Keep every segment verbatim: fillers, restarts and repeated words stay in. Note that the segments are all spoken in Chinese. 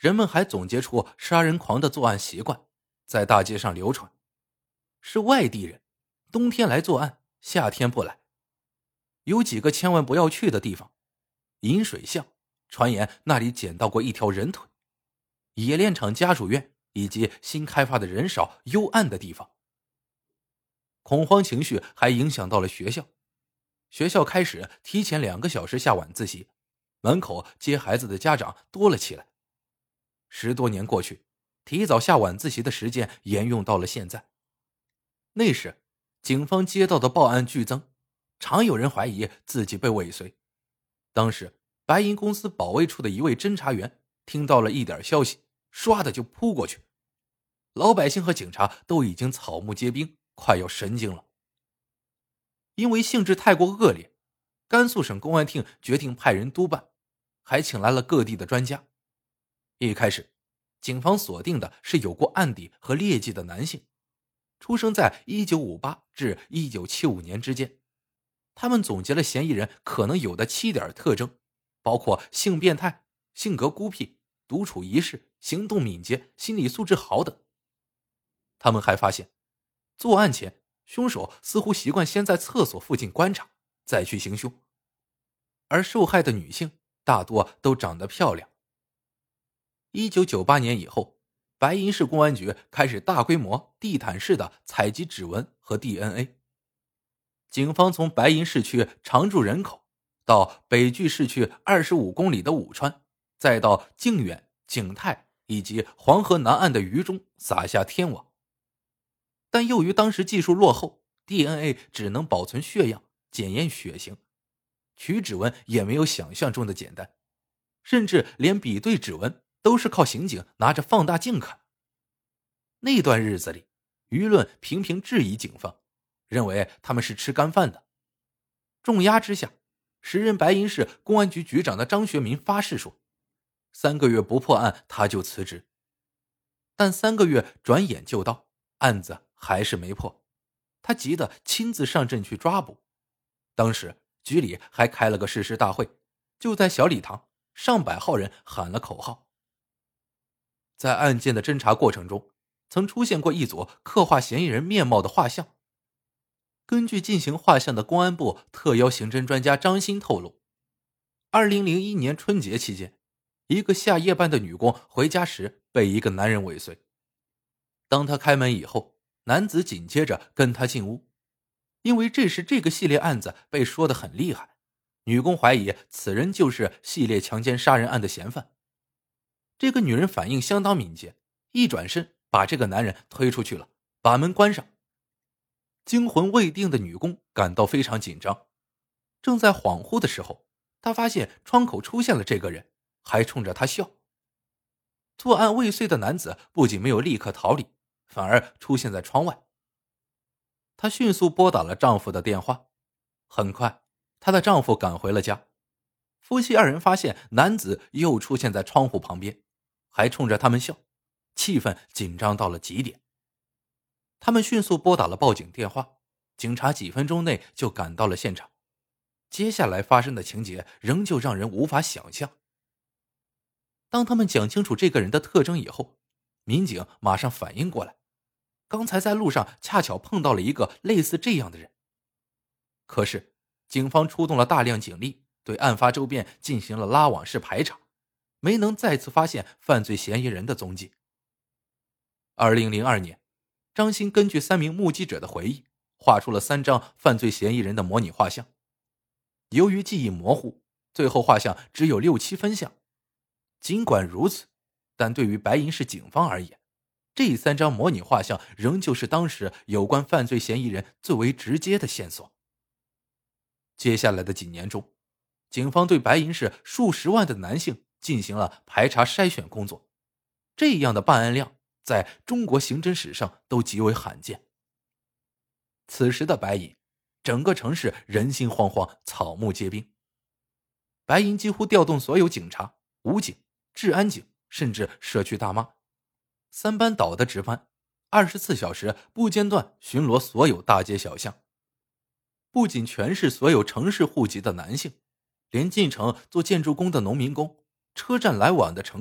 人们还总结出杀人狂的作案习惯，在大街上流传。是外地人，冬天来作案，夏天不来。有几个千万不要去的地方：饮水巷，传言那里捡到过一条人腿；冶炼厂家属院，以及新开发的人少幽暗的地方。恐慌情绪还影响到了学校，学校开始提前两个小时下晚自习，门口接孩子的家长多了起来。十多年过去，提早下晚自习的时间沿用到了现在。那时，警方接到的报案剧增，常有人怀疑自己被尾随。当时，白银公司保卫处的一位侦查员听到了一点消息，唰的就扑过去。老百姓和警察都已经草木皆兵，快要神经了。因为性质太过恶劣，甘肃省公安厅决定派人督办，还请来了各地的专家。一开始，警方锁定的是有过案底和劣迹的男性，出生在一九五八至一九七五年之间。他们总结了嫌疑人可能有的七点特征，包括性变态、性格孤僻、独处一室、行动敏捷、心理素质好等。他们还发现，作案前凶手似乎习惯先在厕所附近观察，再去行凶。而受害的女性大多都长得漂亮。一九九八年以后，白银市公安局开始大规模地毯式的采集指纹和 D N A。 警方从白银市区常住人口到北距市区二十五公里的武川，再到靖远、景泰以及黄河南岸的渝中撒下天网。但由于当时技术落后， D N A 只能保存血样，检验血型，取指纹也没有想象中的简单，甚至连比对指纹都是靠刑警拿着放大镜看。那段日子里，舆论频频质疑警方，认为他们是吃干饭的。重压之下，时任白银市公安局局长的张学民发誓说，三个月不破案他就辞职。但三个月转眼就到，案子还是没破，他急得亲自上阵去抓捕。当时局里还开了个誓师大会，就在小礼堂，上百号人喊了口号。在案件的侦查过程中，曾出现过一组刻画嫌疑人面貌的画像。根据进行画像的公安部特邀刑侦专家张鑫透露，二零零一年春节期间，一个下夜班的女工回家时被一个男人尾随。当她开门以后，男子紧接着跟她进屋。因为这是这个系列案子被说得很厉害，女工怀疑此人就是系列强奸杀人案的嫌犯。这个女人反应相当敏捷，一转身把这个男人推出去了，把门关上。惊魂未定的女工感到非常紧张，正在恍惚的时候，她发现窗口出现了这个人，还冲着她笑。作案未遂的男子不仅没有立刻逃离，反而出现在窗外。她迅速拨打了丈夫的电话，很快她的丈夫赶回了家。夫妻二人发现男子又出现在窗户旁边，还冲着他们笑，气氛紧张到了极点。他们迅速拨打了报警电话，警察几分钟内就赶到了现场。接下来发生的情节仍旧让人无法想象。当他们讲清楚这个人的特征以后，民警马上反应过来，刚才在路上恰巧碰到了一个类似这样的人。可是警方出动了大量警力，对案发周边进行了拉网式排查，没能再次发现犯罪嫌疑人的踪迹。二零零二年，张鑫根据三名目击者的回忆，画出了三张犯罪嫌疑人的模拟画像。由于记忆模糊，最后画像只有六七分像。尽管如此，但对于白银市警方而言，这三张模拟画像仍旧是当时有关犯罪嫌疑人最为直接的线索。接下来的几年中，警方对白银市数十万的男性进行了排查筛选工作，这样的办案量在中国刑侦史上都极为罕见。此时的白银，整个城市人心惶惶，草木皆兵。白银几乎调动所有警察、武警、治安警，甚至社区大妈，三班倒的值班，二十四小时不间断巡逻所有大街小巷。不仅全是所有城市户籍的男性，连进城做建筑工的农民工，车站来往的乘客，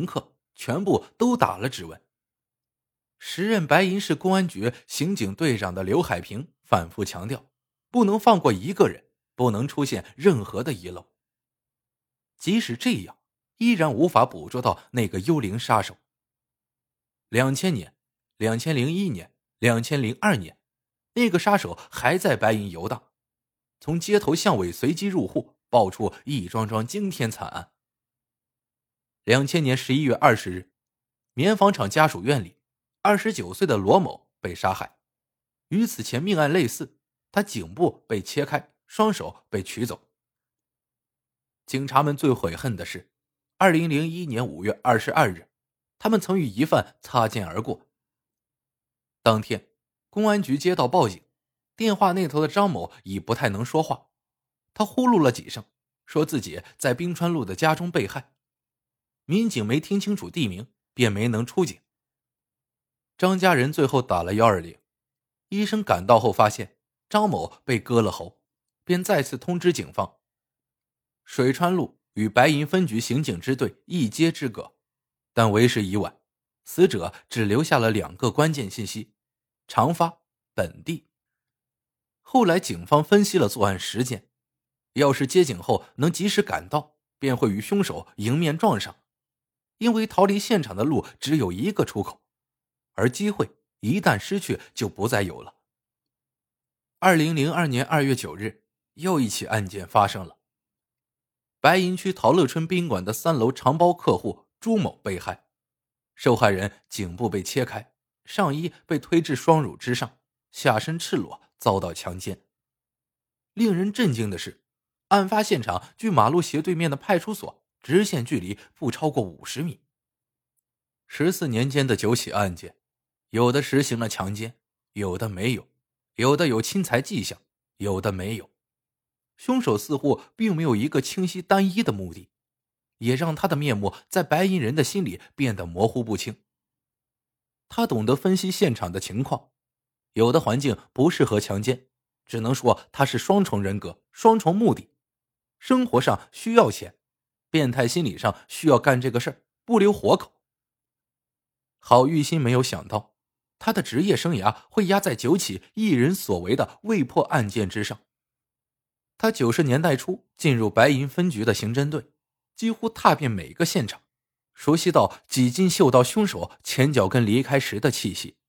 全部都打了指纹。时任白银市公安局刑警队长的刘海平反复强调，不能放过一个人，不能出现任何的遗漏。即使这样，依然无法捕捉到那个幽灵杀手。两千年、两千零一年、两千零二年，那个杀手还在白银游荡，从街头巷尾随机入户，爆出一桩桩惊天惨案。两千年十一月二十日，棉纺厂家属院里，二十九岁的罗某被杀害。与此前命案类似，他颈部被切开，双手被取走。警察们最悔恨的是，二零零一年五月二十二日，他们曾与疑犯擦肩而过。当天，公安局接到报警，电话那头的张某已不太能说话，他呼噜了几声，说自己在冰川路的家中被害。民警没听清楚地名，便没能出警。张家人最后打了一二零，医生赶到后发现张某被割了喉，便再次通知警方。水川路与白银分局刑警支队一街之隔，但为时已晚，死者只留下了两个关键信息：长发、本地。后来警方分析了作案时间，要是接警后能及时赶到，便会与凶手迎面撞上。因为逃离现场的路只有一个出口，而机会一旦失去就不再有了。二零零二年二月九日，又一起案件发生了。白银区陶乐春宾馆的三楼长包客户朱某被害，受害人颈部被切开，上衣被推至双乳之上，下身赤裸，遭到强奸。令人震惊的是，案发现场距马路斜对面的派出所直线距离不超过五十米。十四年间的九起案件，有的实行了强奸，有的没有，有的有侵财迹象，有的没有。凶手似乎并没有一个清晰单一的目的，也让他的面目在白银人的心里变得模糊不清。他懂得分析现场的情况，有的环境不适合强奸，只能说他是双重人格，双重目的。生活上需要钱，变态心理上需要干这个事儿，不留活口。郝玉新没有想到，他的职业生涯会压在九起一人所为的未破案件之上。他九十年代初进入白银分局的刑侦队，几乎踏遍每个现场，熟悉到几近嗅到凶手前脚跟离开时的气息。